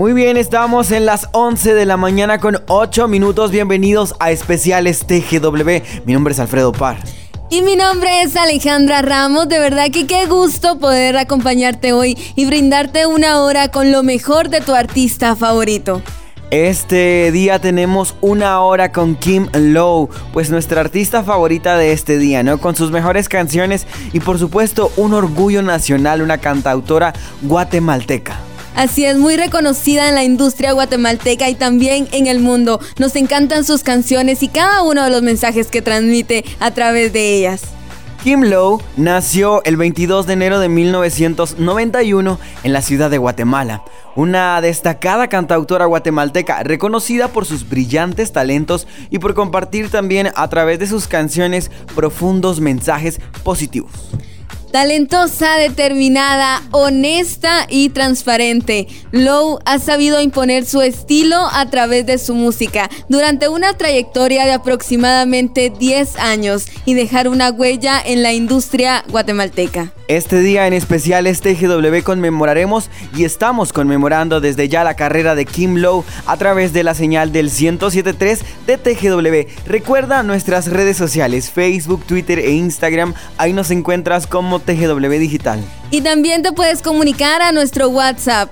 Muy bien, estamos en las 11 de la mañana con 8 minutos. Bienvenidos a Especiales TGW. Mi nombre es Alfredo Parr. Y mi nombre es Alejandra Ramos. De verdad que qué gusto poder acompañarte hoy y brindarte una hora con lo mejor de tu artista favorito. Este día tenemos una hora con Kim Lowe, pues nuestra artista favorita de este día, ¿no? Con sus mejores canciones y por supuesto un orgullo nacional, una cantautora guatemalteca. Así es, muy reconocida en la industria guatemalteca y también en el mundo. Nos encantan sus canciones y cada uno de los mensajes que transmite a través de ellas. Kim Lowe nació el 22 de enero de 1991 en la ciudad de Guatemala. Una destacada cantautora guatemalteca, reconocida por sus brillantes talentos y por compartir también a través de sus canciones profundos mensajes positivos. Talentosa, determinada, honesta y transparente, Lowe ha sabido imponer su estilo a través de su música durante una trayectoria de aproximadamente 10 años y dejar una huella en la industria guatemalteca. Este día en Especiales TGW conmemoraremos y estamos conmemorando desde ya la carrera de Kim Lowe a través de la señal del 107.3 de TGW. Recuerda nuestras redes sociales, Facebook, Twitter e Instagram. Ahí nos encuentras como TGW Digital. Y también te puedes comunicar a nuestro WhatsApp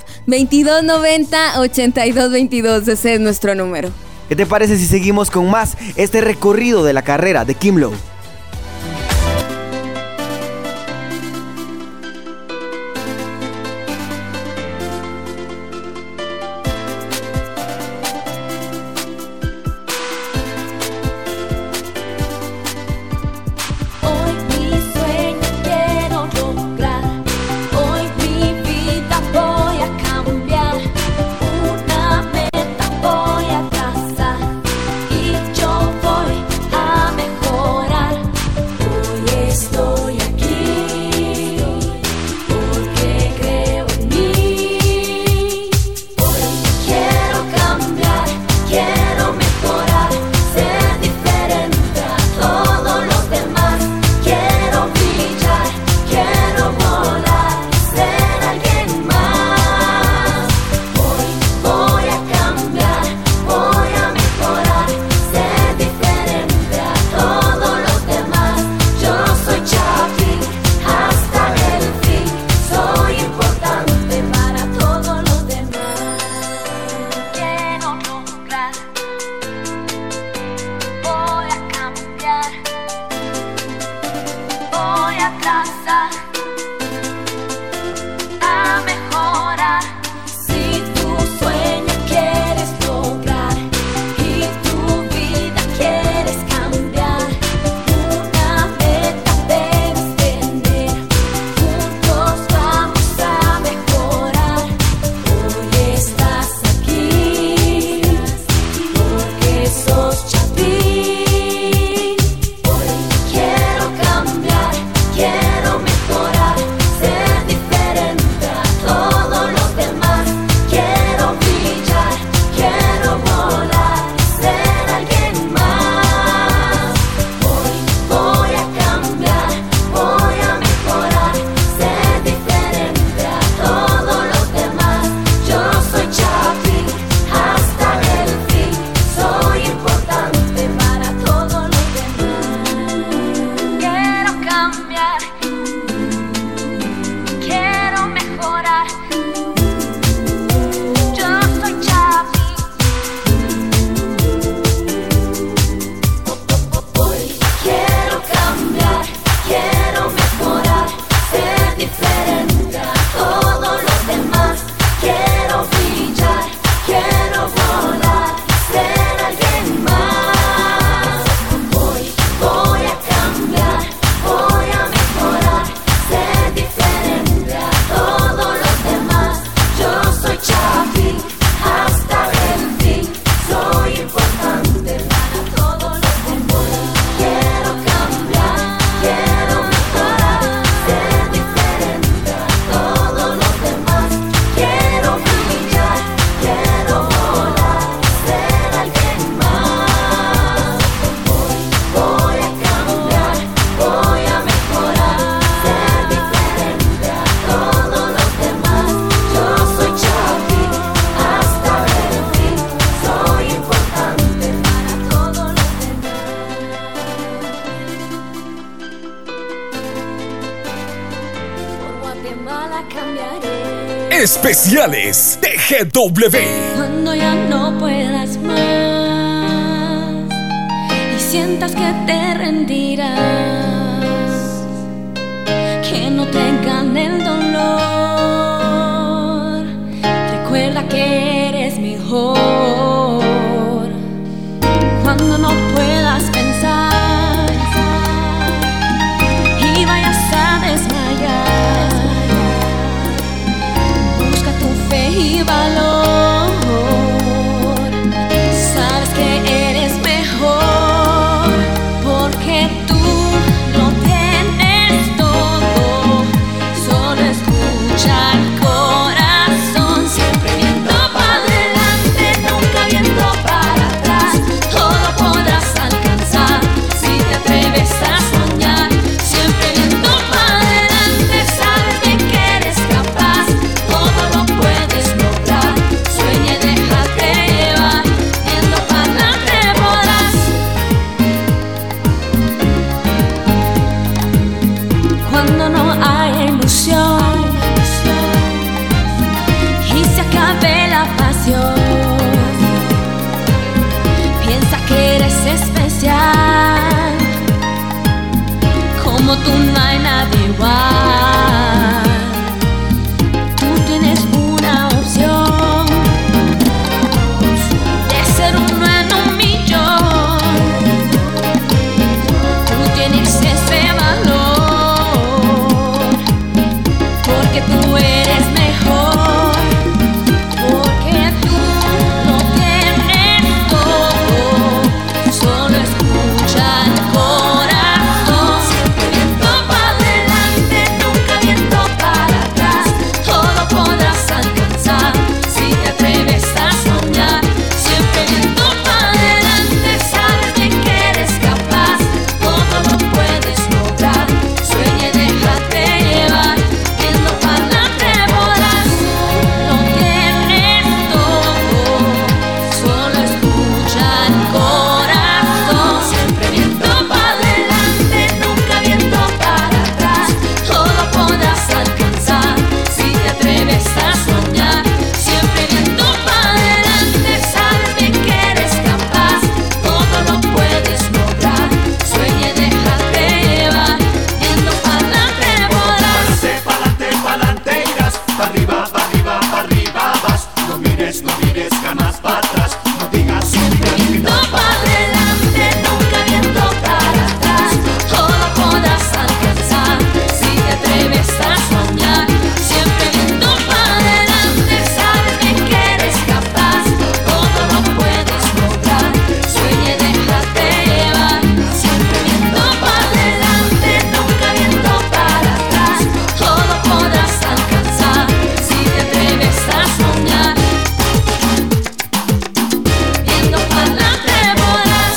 2290-8222. Ese es nuestro número. ¿Qué te parece si seguimos con más este recorrido de la carrera de Kim Lowe? Voy a trazar y yo voy a mejorar. Especiales de GW. Cuando ya no puedas más y sientas que te rendirás, que no te gane el dolor, recuerda que eres mejor. Cuando no puedas pensar y vayas a desmayar, busca tu fe y valor. Sabes que eres mejor porque tú lo tienes todo. Solo escucha el corazón, siempre viendo para adelante, nunca viendo para atrás. Todo podrás alcanzar si te atreves a soñar. Siempre viendo para adelante, sabes de que eres capaz. Todo lo puedes lograr. Sueña y déjate llevar. Viendo para adelante podrás. Cuando no hay ilusión y se acabe la pasión, piensa que eres especial. Como tú no hay nadie igual. Tú tienes una opción de ser uno en un millón. Tú tienes ese valor porque tú eres mejor. Porque tú lo tienes todo. Solo escucha el corazón. Siempre viendo para adelante, nunca viendo para atrás. Todo podrás alcanzar si te atreves a soñar. Siempre viendo para adelante, sabes de que eres capaz. Todo lo puedes lograr. Sueña y déjate llevar. Viendo para adelante podrás. Lo tienes todo. Solo escucha el corazón. Siempre viendo para adelante, nunca viendo para atrás. Todo podrás alcanzar si te atreves a soñar. Siempre viendo para adelante, sabes de que eres capaz. Todo lo puedes lograr. Sueña y déjate llevar. Viendo para adelante podrás. Pa'lante, pa'lante irás. Pa' arriba vas. No mires jamás para atrás. No digas siempre Viendo para adelante, nunca viendo para atrás. Todo podrás alcanzar si te atreves a soñar. Siempre viendo para adelante, sabes de que eres capaz. Todo lo puedes lograr. Sueña y déjate llevar. Siempre viendo para adelante, nunca viendo para atrás. Todo podrás alcanzar si te atreves a soñar. Viendo para adelante podrás.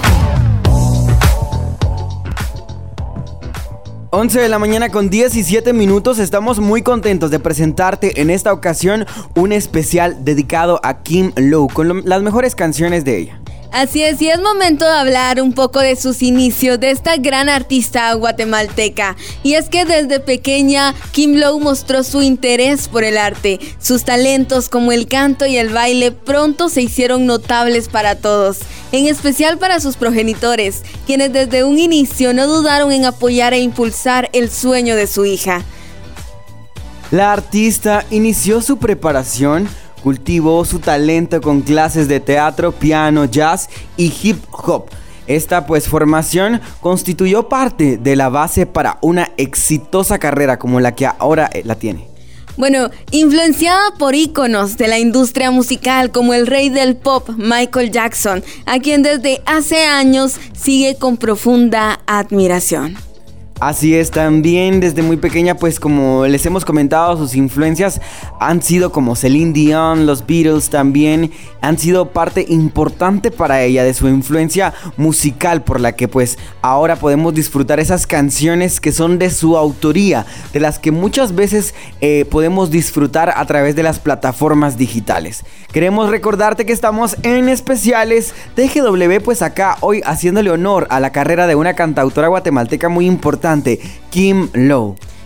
11 de la mañana con 17 minutos. Estamos muy contentos de presentarte en esta ocasión un especial dedicado a Kim Lo con las mejores canciones de ella. Así es, y es momento de hablar un poco de sus inicios de esta gran artista guatemalteca. Y es que desde pequeña Kim Lo mostró su interés por el arte. Sus talentos como el canto y el baile pronto se hicieron notables para todos, en especial para sus progenitores, quienes desde un inicio no dudaron en apoyar e impulsar el sueño de su hija. La artista inició su preparación, cultivó su talento con clases de teatro, piano, jazz y hip hop. Esta formación constituyó parte de la base para una exitosa carrera como la que ahora la tiene. Bueno, influenciada por íconos de la industria musical como el rey del pop, Michael Jackson, a quien desde hace años sigue con profunda admiración. Así es, también desde muy pequeña, como les hemos comentado, sus influencias han sido como Celine Dion, los Beatles también han sido parte importante para ella de su influencia musical, por la que ahora podemos disfrutar esas canciones que son de su autoría, de las que muchas veces podemos disfrutar a través de las plataformas digitales. Queremos recordarte que estamos en especiales de GW, acá hoy haciéndole honor a la carrera de una cantautora guatemalteca muy importante, Kim Lo.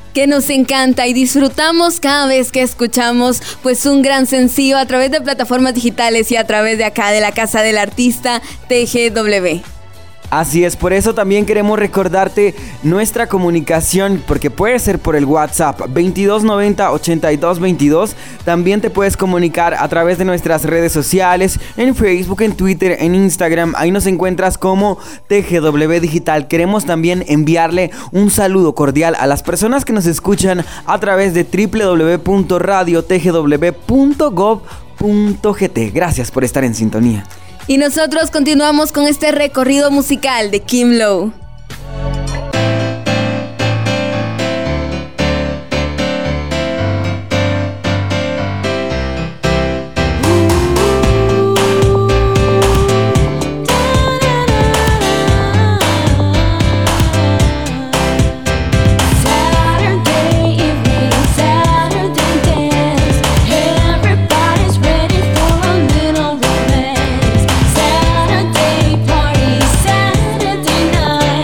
que nos encanta y disfrutamos cada vez que escuchamos pues un gran sencillo a través de plataformas digitales y a través de acá de la casa del artista TGW. Así es, por eso también queremos recordarte nuestra comunicación, porque puede ser por el WhatsApp 2290-8222. También te puedes comunicar a través de nuestras redes sociales, en Facebook, en Twitter, en Instagram. Ahí nos encuentras como TGW Digital. Queremos también enviarle un saludo cordial a las personas que nos escuchan a través de www.radiotgw.gov.gt. Gracias por estar en sintonía. Y nosotros continuamos con este recorrido musical de Kim Lowe. Saturday party, Saturday night.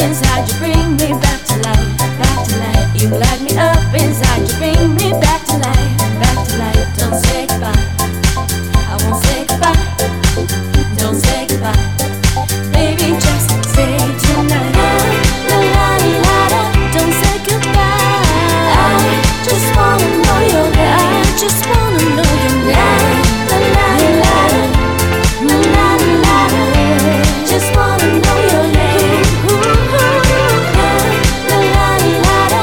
inside, you bring me back to life, back to life. You light me up inside, you bring me back to life, back to life. Don't say goodbye, I won't say goodbye. Don't say goodbye, baby, just stay tonight. La la la la, don't say goodbye. I just wanna know your name. I just wanna know your name. La la la la, la la la, just wanna know your name. La la la la,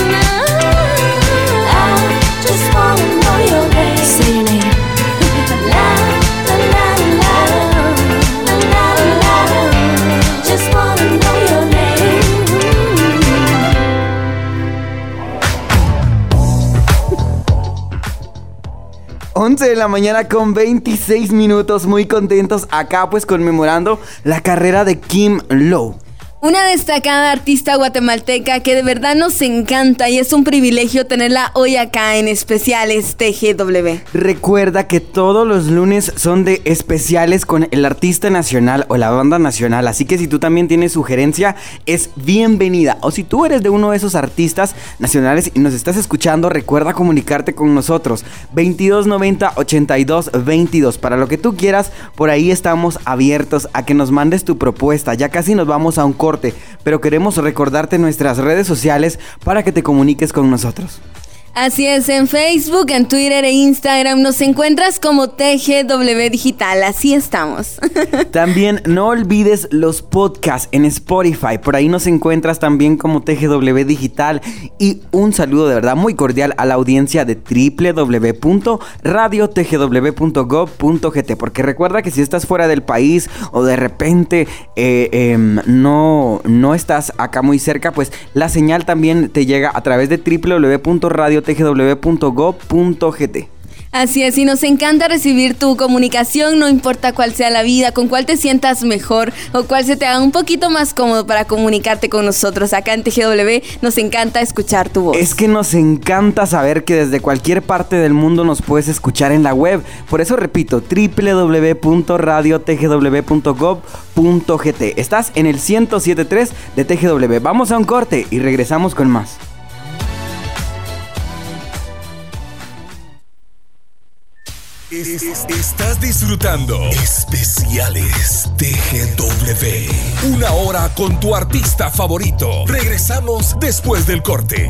I just wanna know your name. Say your name. La la la la, la la la, just wanna know your name. 11 de la mañana con 26 minutos, muy contentos acá pues conmemorando la carrera de Kim Lowe. Una destacada artista guatemalteca que de verdad nos encanta y es un privilegio tenerla hoy acá en Especiales TGW. Recuerda que todos los lunes son de especiales con el artista nacional o la banda nacional, así que si tú también tienes sugerencia, es bienvenida. O si tú eres de uno de esos artistas nacionales y nos estás escuchando, recuerda comunicarte con nosotros. 2290-8222. Para lo que tú quieras, por ahí estamos abiertos a que nos mandes tu propuesta. Ya casi nos vamos a un corte, pero queremos recordarte nuestras redes sociales para que te comuniques con nosotros. Así es, en Facebook, en Twitter e Instagram nos encuentras como TGW Digital, así estamos. También no olvides los podcasts en Spotify, por ahí nos encuentras también como TGW Digital. Y un saludo de verdad muy cordial a la audiencia de www.radiotgw.gov.gt, porque recuerda que si estás fuera del país o de repente no estás acá muy cerca, pues la señal también te llega a través de www.radiotgw.gov.gt. Así es, y nos encanta recibir tu comunicación, no importa cuál sea la vida, con cuál te sientas mejor o cuál se te haga un poquito más cómodo para comunicarte con nosotros. Acá en TGW nos encanta escuchar tu voz. Es que nos encanta saber que desde cualquier parte del mundo nos puedes escuchar en la web. Por eso repito, www.radiotgw.gov.gt. Estás en el 107.3 de TGW. Vamos a un corte y regresamos con más. Estás disfrutando Especiales TGW. Una hora con tu artista favorito. Regresamos después del corte.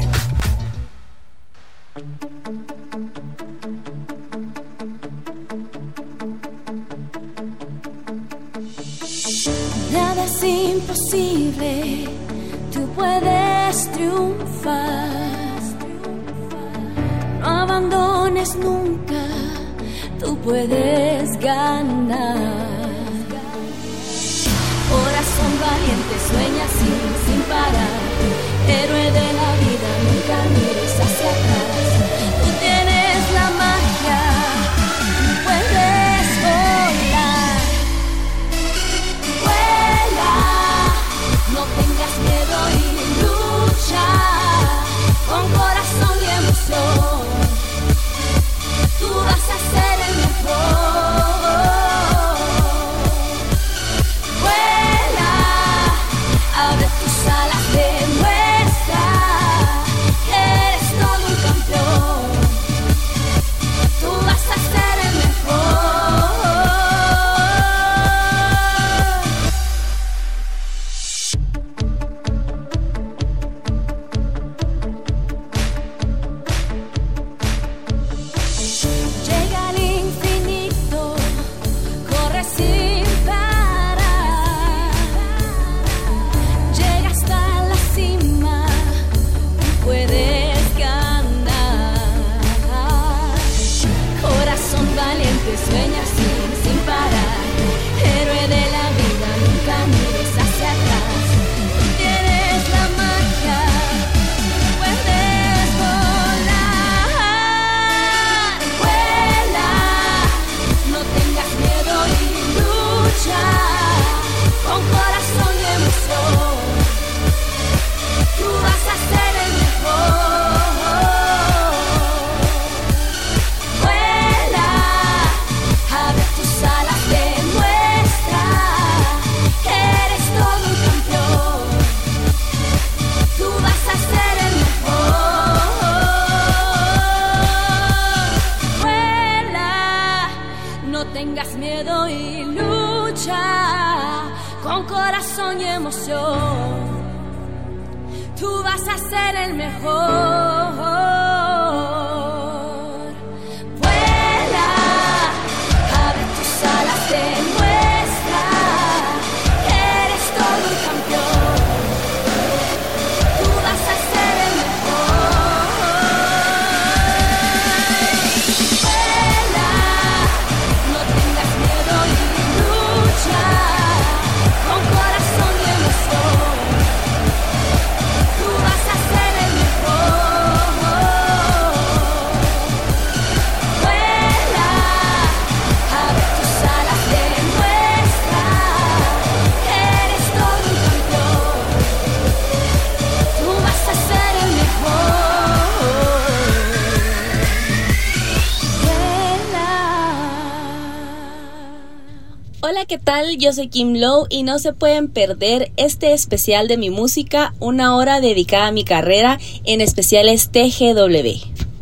Nada es imposible, tú puedes triunfar. No abandones nunca, tú puedes ganar. Corazón valiente, sueña sin parar. Héroe de la vida, nunca mires hacia atrás. Tú tienes la magia, tú puedes volar. Vuela, no tengas miedo y lucha. Con corazón y emoción, tú vas a ser el mejor. Vuela, abre tus tú vas a ser el mejor. Vuela, abre tus alas, demuestra que eres todo un campeón. Tú vas a ser el mejor. Vuela, no tengas miedo y lucha con corazón y emoción. Tú vas a ser el mejor. Vuela, abre tus alas, demuestra que eres todo un campeón. Tú vas a ser el mejor. Vuela. Hola, ¿qué tal? Yo soy Kim Low y no se pueden perder este especial de mi música, una hora dedicada a mi carrera, en especiales TGW.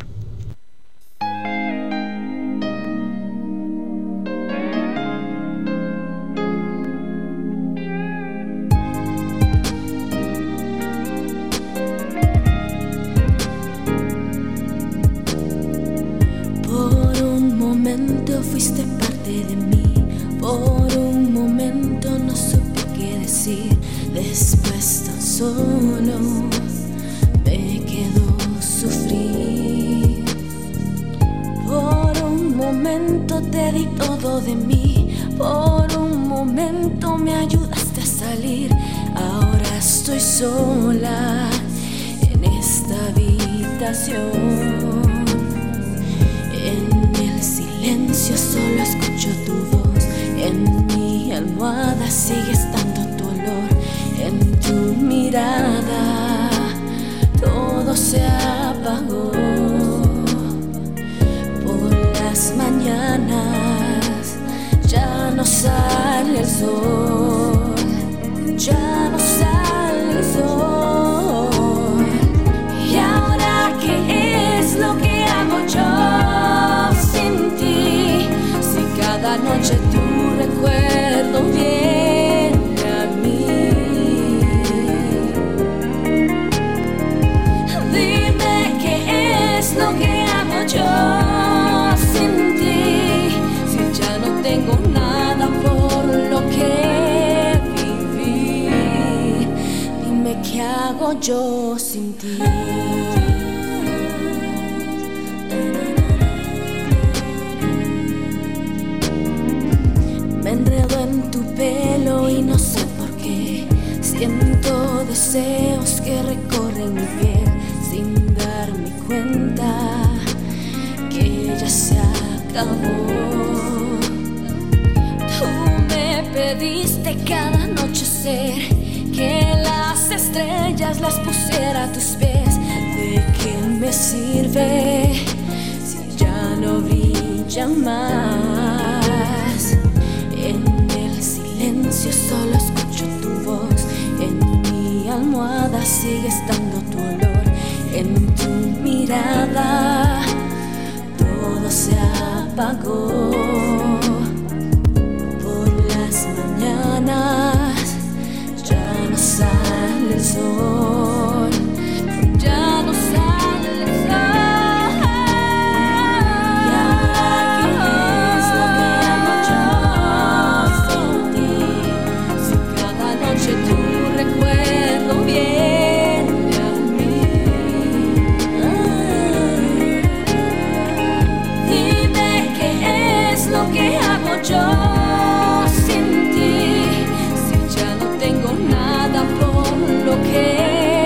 Por un momento fuiste parte de mí, por un momento no supe qué decir, después tan solo me quedó sufrir. Por un momento te di todo de mí, por un momento me ayudaste a salir, ahora estoy sola en esta habitación. En el silencio solo escucho tu voz, en mi almohada sigue estando tu olor, en tu mirada todo se apagó. Por las mañanas ya no sale el sol, ya no sale el sol. Y ahora, ¿qué es lo que hago yo sin ti? Si cada noche tu recuerdo viene a mí. Dime qué es lo que hago yo sin ti, si ya no tengo nada por lo que vivir. Dime qué hago yo sin ti. Me enredo en tu pelo y no sé por qué siento deseos que recorren mi piel sin darme cuenta que ya se acabó. Tú me pediste cada anochecer que las estrellas las pusiera a tus pies. ¿De qué me sirve si ya no brillan más? En el silencio solo escucho tu voz, en mi almohada sigue estando tu olor, en tu mirada todo se apagó. Por las mañanas ya no sale el sol, ya no sale el sol. Y ahora, ¿qué es lo que hago yo sin ti? Si cada noche tu recuerdo viene a mí. Dime qué es lo que hago yo sin ti, si ya no tengo nada por lo que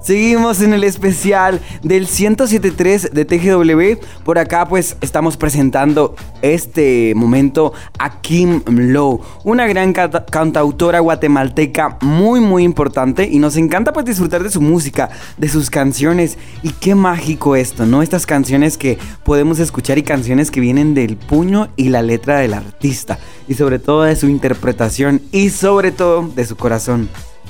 Seguimos en el especial del 107.3 de TGW. Por acá pues estamos presentando este momento a Kim Lo, una gran cantautora guatemalteca muy importante, y nos encanta pues disfrutar de su música, de sus canciones. Y qué mágico esto, ¿no? Estas canciones que podemos escuchar y canciones que vienen del puño y la letra del artista, y sobre todo de su interpretación y sobre todo de su corazón.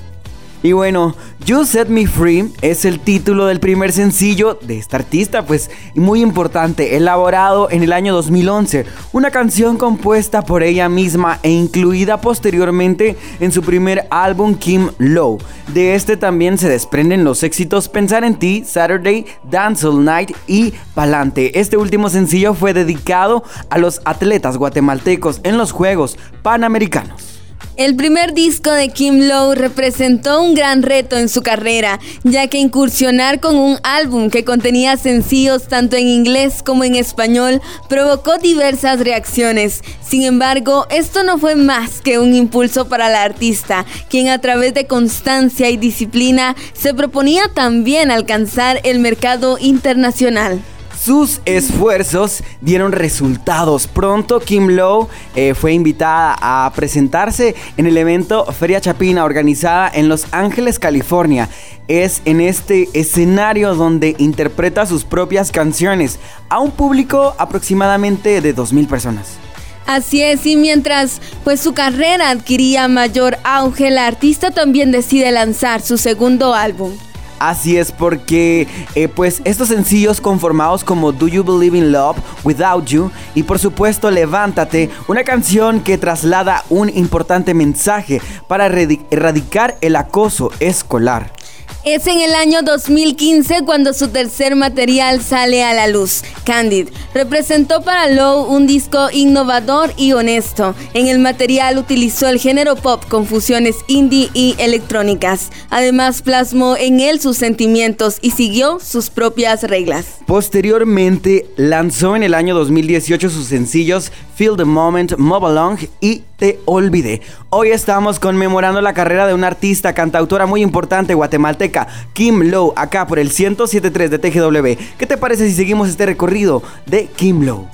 Y bueno, You Set Me Free es el título del primer sencillo de esta artista, pues muy importante, elaborado en el año 2011, una canción compuesta por ella misma e incluida posteriormente en su primer álbum Kim Lo. De este también se desprenden los éxitos Pensar en Ti, Saturday, Dance All Night y Pa'lante. Este último sencillo fue dedicado a los atletas guatemaltecos en los Juegos Panamericanos. El primer disco de Kim Lo representó un gran reto en su carrera, ya que incursionar con un álbum que contenía sencillos tanto en inglés como en español provocó diversas reacciones. Sin embargo, esto no fue más que un impulso para la artista, quien a través de constancia y disciplina se proponía también alcanzar el mercado internacional. Sus esfuerzos dieron resultados. Pronto Kim Lo fue invitada a presentarse en el evento Feria Chapina, organizada en Los Ángeles, California. Es en este escenario donde interpreta sus propias canciones a un público aproximadamente de 2,000 personas. Así es, y mientras pues su carrera adquiría mayor auge, la artista también decide lanzar su segundo álbum. Así es, porque pues estos sencillos conformados como Do You Believe in Love, Without You y por supuesto Levántate, una canción que traslada un importante mensaje para erradicar el acoso escolar. Es en el año 2015 cuando su tercer material sale a la luz. Candid representó para Lo un disco innovador y honesto. En el material utilizó el género pop con fusiones indie y electrónicas. Además plasmó en él sus sentimientos y siguió sus propias reglas. Posteriormente lanzó en el año 2018 sus sencillos Feel the Moment, Move Along y Te Olvidé. Hoy estamos conmemorando la carrera de una artista, cantautora muy importante guatemalteca, Kim Lo, acá por el 107.3 de TGW. ¿Qué te parece si seguimos este recorrido de Kim Lo?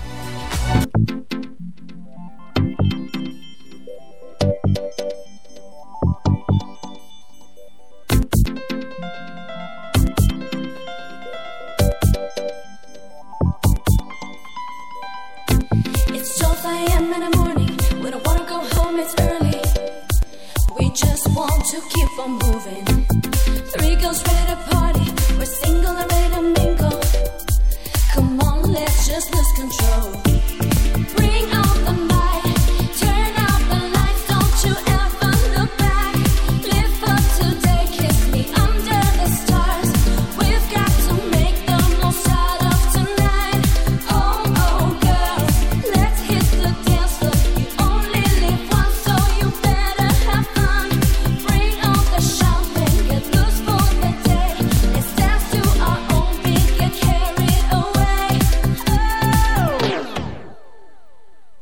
It's 12 a.m. in the morning. We don't wanna go home, it's early. We just want to keep on moving. Three girls ready to party. We're single and ready to mingle. Come on, let's just lose control. Bring out the night. Turn out the lights. Don't you ever look back. Live for today. Kiss me under the stars. We've got to make the most out of tonight. Oh, oh, girls, let's hit the dance floor. You only live once, so you better have fun. Bring on the champagne, get loose for the day. Let's dance to our own beat, get carried away. Oh.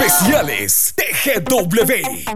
Especiales TGW.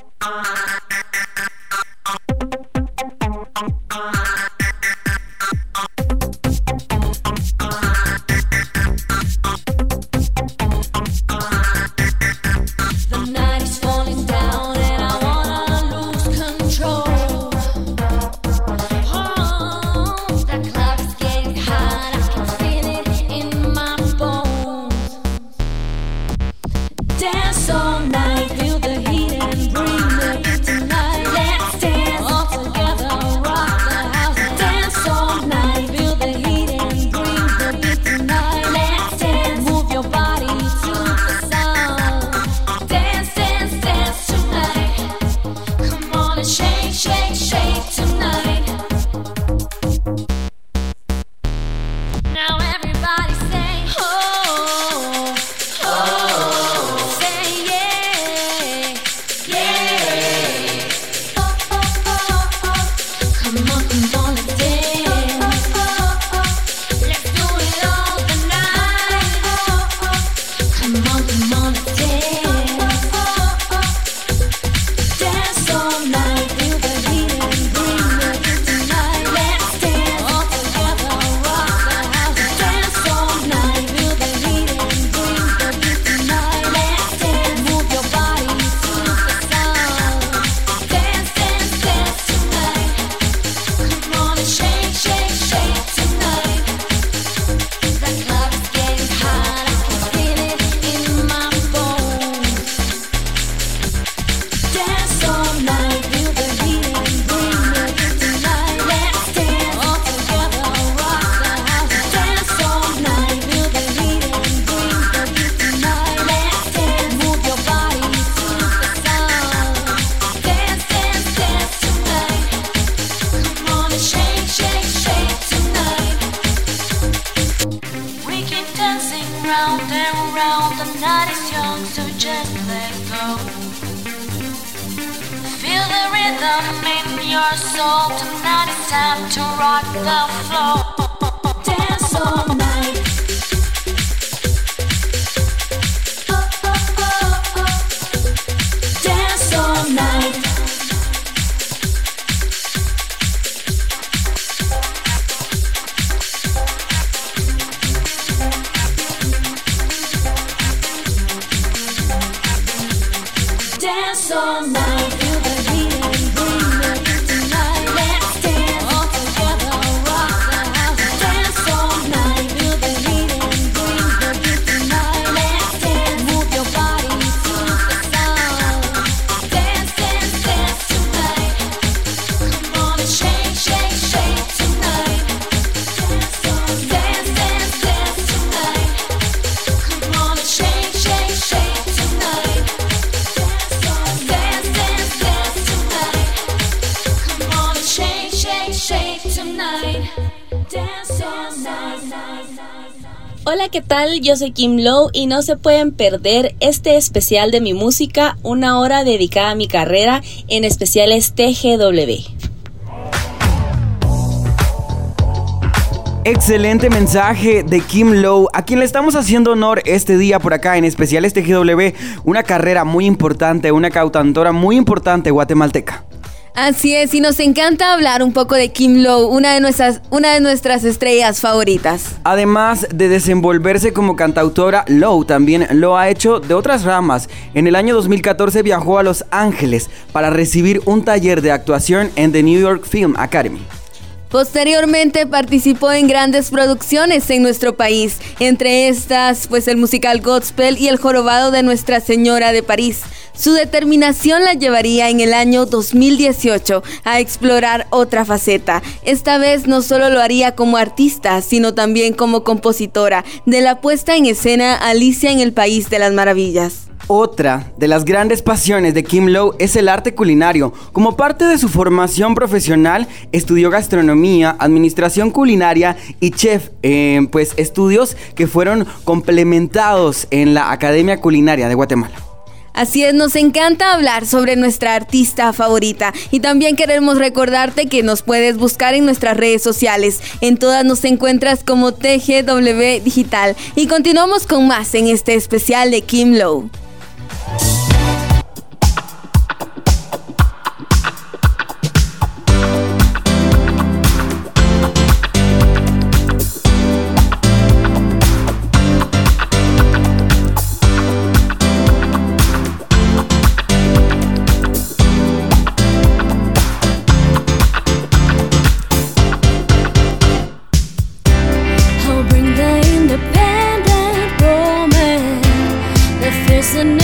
Dance all night, feel the heat and bring the beat tonight. Let's dance all together, rock the house. Dance all night, feel the heat and bring the beat tonight. Let's dance, move your body to the sound. Dance, dance, dance tonight. Come on and shake, shake, shake tonight. Now everybody say, oh, oh. Say yeah, yeah. Oh, oh, oh, oh. Come on, let's dance. Let's do it all the night. Come on, let's dance. Dance all night, feel the heat and bring the beat tonight. Let's dance all together, rock the house. Dance all night, feel the heat and bring the beat tonight. Let's dance, move your body to the sound. Dance, dance, dance tonight. Come on and shake, shake, shake tonight. The club is getting hot, I can feel it in my bones. Dance all night, feel the heat and bring the beat tonight. Let's dance all together, rock the house. Dance all night, feel the heat and bring the beat tonight. Let's dance, move your body to the sound. Dance, dance, dance tonight. Come on and shake, shake, shake tonight. We keep dancing round and round. The night is young, so just let go. Feel the rhythm in your soul. Tonight it's time to rock the floor. Dance all night. Oh, oh, oh, oh. Dance all night. Dance all night, feel the heat and bring the beat tonight. Let's dance all together, rock the house. Dance all night, feel the heat and bring the beat tonight. Let's dance, move your body to the sound. Dance, dance, dance tonight. Come on and shake, shake, shake tonight. Dance, dance, dance tonight. Come on and shake, shake, shake tonight. Dance, dance, dance tonight. Come on and shake, shake, shake tonight. Dance all night. Hola, ¿qué tal? Yo soy Kim Low y no se pueden perder este especial de mi música, una hora dedicada a mi carrera, en especiales TGW. Excelente mensaje de Kim Low, a quien le estamos haciendo honor este día por acá en Especiales TGW, una carrera muy importante, una cantautora muy importante guatemalteca. Así es, y nos encanta hablar un poco de Kim Low, una de nuestras estrellas favoritas. Además de desenvolverse como cantautora, Low también lo ha hecho de otras ramas. En el año 2014 viajó a Los Ángeles para recibir un taller de actuación en The New York Film Academy. Posteriormente participó en grandes producciones en nuestro país, entre estas pues el musical Godspell y El Jorobado de Nuestra Señora de París. Su determinación la llevaría en el año 2018 a explorar otra faceta. Esta vez no solo lo haría como artista, sino también como compositora de la puesta en escena Alicia en el País de las Maravillas. Otra de las grandes pasiones de Kim Low es el arte culinario. Como parte de su formación profesional, estudió gastronomía, administración culinaria y chef, pues estudios que fueron complementados en la Academia Culinaria de Guatemala. Así es, nos encanta hablar sobre nuestra artista favorita y también queremos recordarte que nos puedes buscar en nuestras redes sociales. En todas nos encuentras como TGW Digital y continuamos con más en este especial de Kim Low.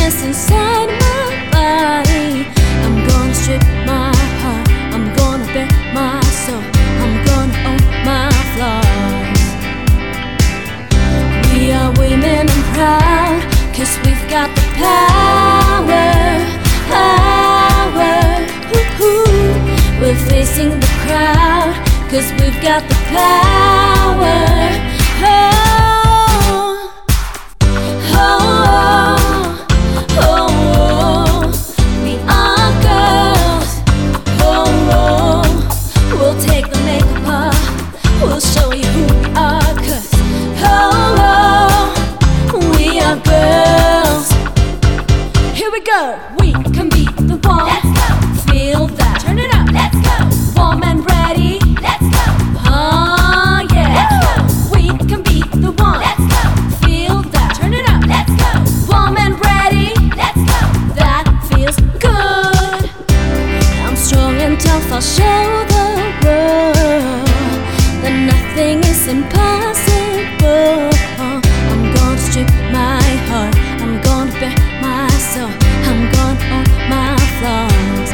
emptiness inside my body. I'm gonna strip my heart, I'm gonna bare my soul, I'm gonna own my flaws. We are women and proud, 'cause we've got the power, power. Ooh, we're facing the crowd, 'cause we've got the power. Oh, oh, oh, oh. We are girls. Oh, oh. We'll take the makeup off, we'll show you who we are. 'Cause oh, oh, we are girls. Here we go. We can be the one. Let's go. Feel that. Turn it up. Let's go. Warm and ready. Let's go. Oh yeah. Let's go. We can be the one. Let's go. Feel that. Turn it up. Let's go. Warm and ready. Let's go. That feels good. I'm strong and tough. I'll show the world that nothing is impossible. I'm gonna strip my heart, I'm gonna bare my soul, I'm gonna own my flaws.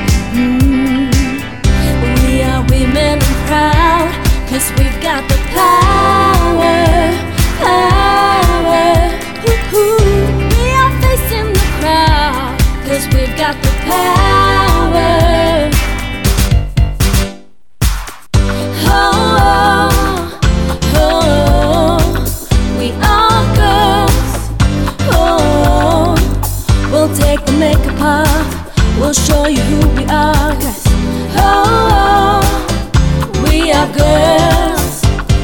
We are women and proud, 'cause we've got the power, power. We are facing the crowd, 'cause we've got the power. Oh, oh, oh, we are girls. Oh, we'll take the makeup off, we'll show you who we are. 'Cause oh, we are girls.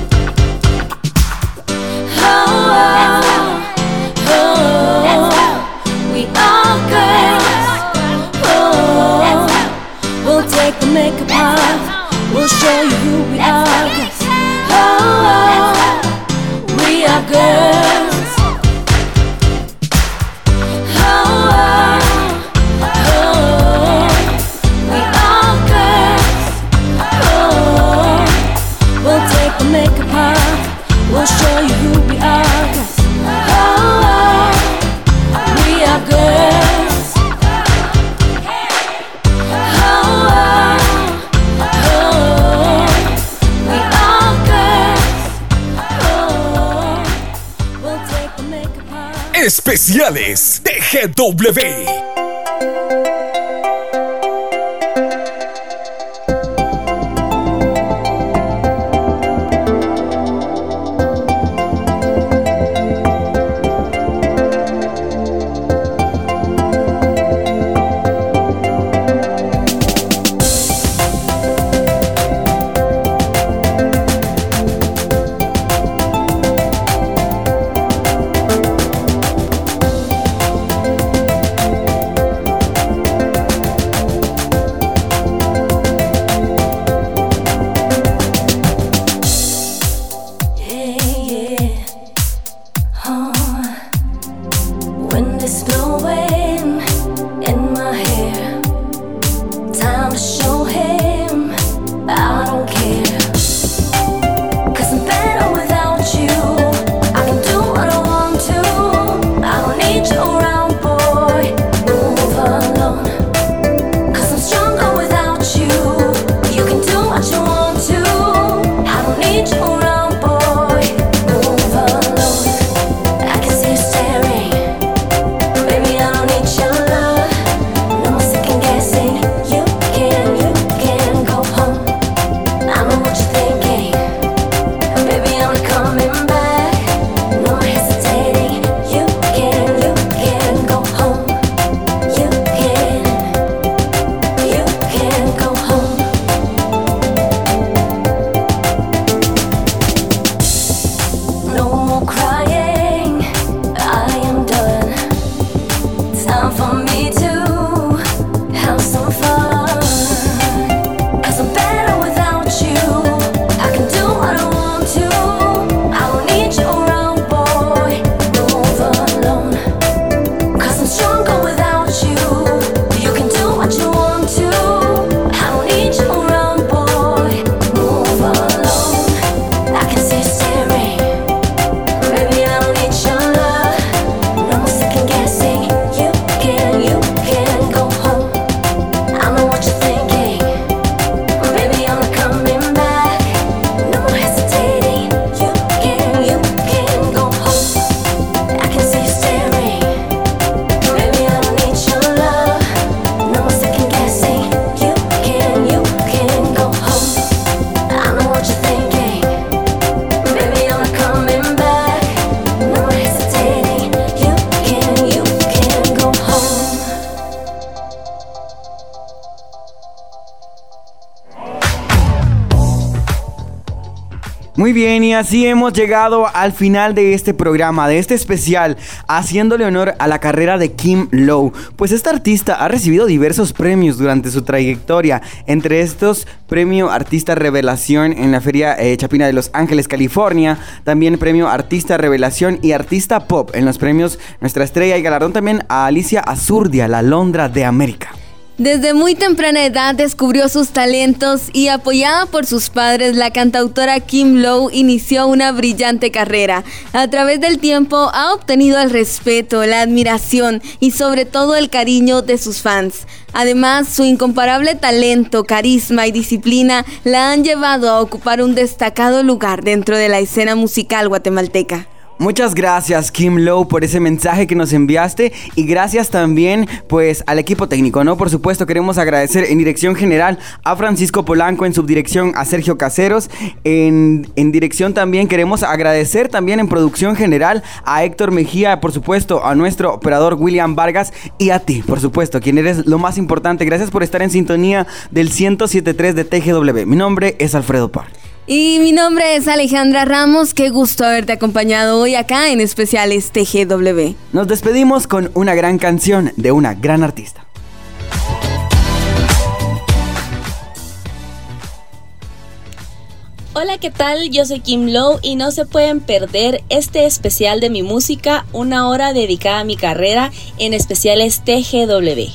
Oh, oh, we are girls. Oh, we'll take the makeup off, we'll show you who we are. 'Cause oh, we are girls. Oh, oh, we are girls. Oh, we'll take the makeup off, we'll show you who we are. 'Cause oh, we are girls. Especiales TGW. Baby, I don't Muy bien, y así hemos llegado al final de este programa, de este especial, haciéndole honor a la carrera de Kim Lowe. Pues esta artista ha recibido diversos premios durante su trayectoria, entre estos Premio Artista Revelación en la Feria Chapina de Los Ángeles, California, también Premio Artista Revelación y Artista Pop en los premios Nuestra Estrella, y galardón también a Alicia Azurdia, la Londra de América. Desde muy temprana edad descubrió sus talentos y, apoyada por sus padres, la cantautora Kim Lowe inició una brillante carrera. A través del tiempo ha obtenido el respeto, la admiración y sobre todo el cariño de sus fans. Además, su incomparable talento, carisma y disciplina la han llevado a ocupar un destacado lugar dentro de la escena musical guatemalteca. Muchas gracias, Kim Lowe, por ese mensaje que nos enviaste, y gracias también pues al equipo técnico, ¿no? Por supuesto, queremos agradecer en dirección general a Francisco Polanco, en subdirección a Sergio Caseros, en dirección también queremos agradecer también en producción general a Héctor Mejía, por supuesto a nuestro operador William Vargas y a ti, por supuesto, quien eres lo más importante. Gracias por estar en sintonía del 107.3 de TGW. Mi nombre es Alfredo Parr. Y mi nombre es Alejandra Ramos. Qué gusto haberte acompañado hoy acá en Especiales TGW. Nos despedimos con una gran canción de una gran artista. Hola, ¿qué tal? Yo soy Kim Lowe y no se pueden perder este especial de mi música, una hora dedicada a mi carrera en Especiales TGW.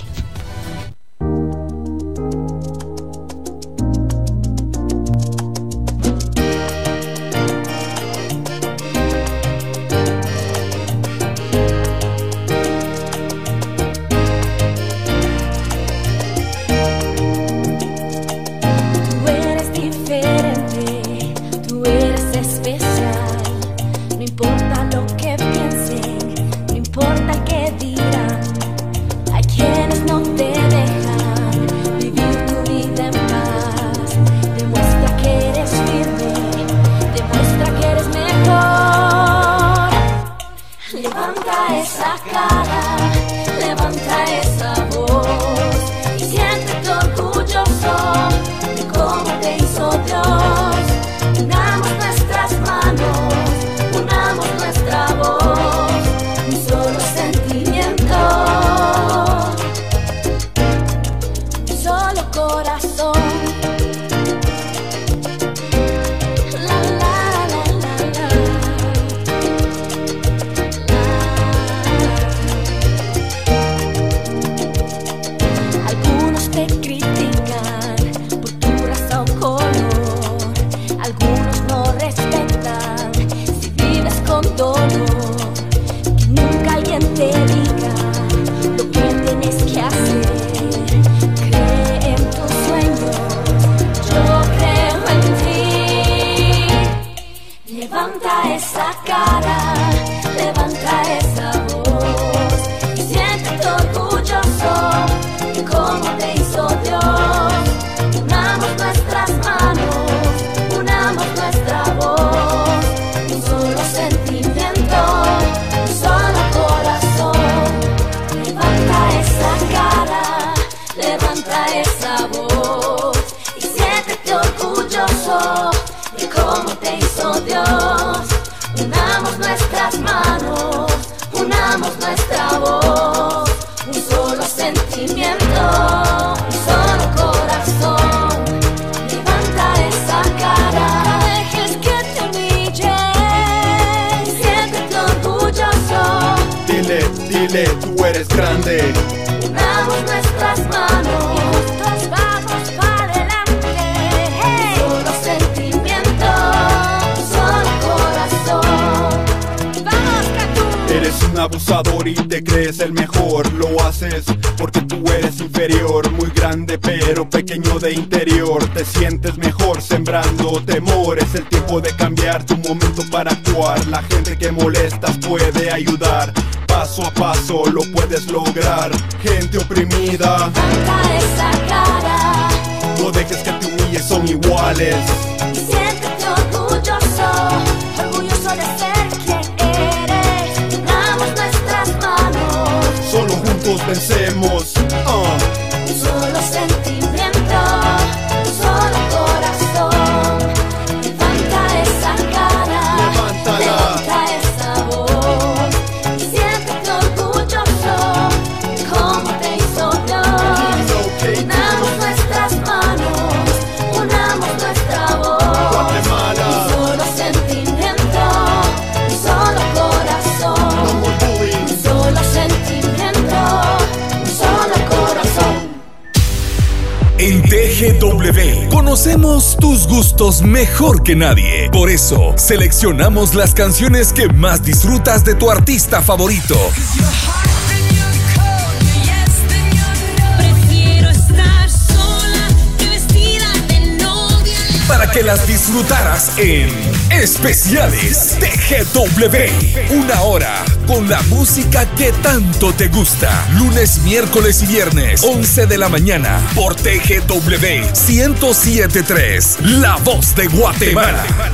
Tú eres grande. Unamos nuestras manos y juntos vamos para adelante. Hey. Solo sentimiento, solo corazón. Vamos, Catu. Eres un abusador y te crees el mejor. Lo haces porque tú eres inferior. Muy grande pero pequeño de interior. Te sientes mejor sembrando temor. Es el tiempo de cambiar, tu momento para actuar. La gente que molestas puede ayudar. Paso a paso lo puedes lograr. Gente oprimida, levanta esa cara. No dejes que te humilles, son iguales. Y siéntete orgulloso, orgulloso de ser quien eres. Unamos nuestras manos, solo juntos vencemos. Un solo sentimiento, un solo corazón. Levanta esa TGW. Conocemos tus gustos mejor que nadie. Por eso, seleccionamos las canciones que más disfrutas de tu artista favorito. Prefiero estar sola que vestida de novia. Para que las disfrutaras en Especiales TGW. Una hora con la música que tanto te gusta. Lunes, miércoles y viernes, 11 de la mañana, por TGW 107.3, La Voz de Guatemala.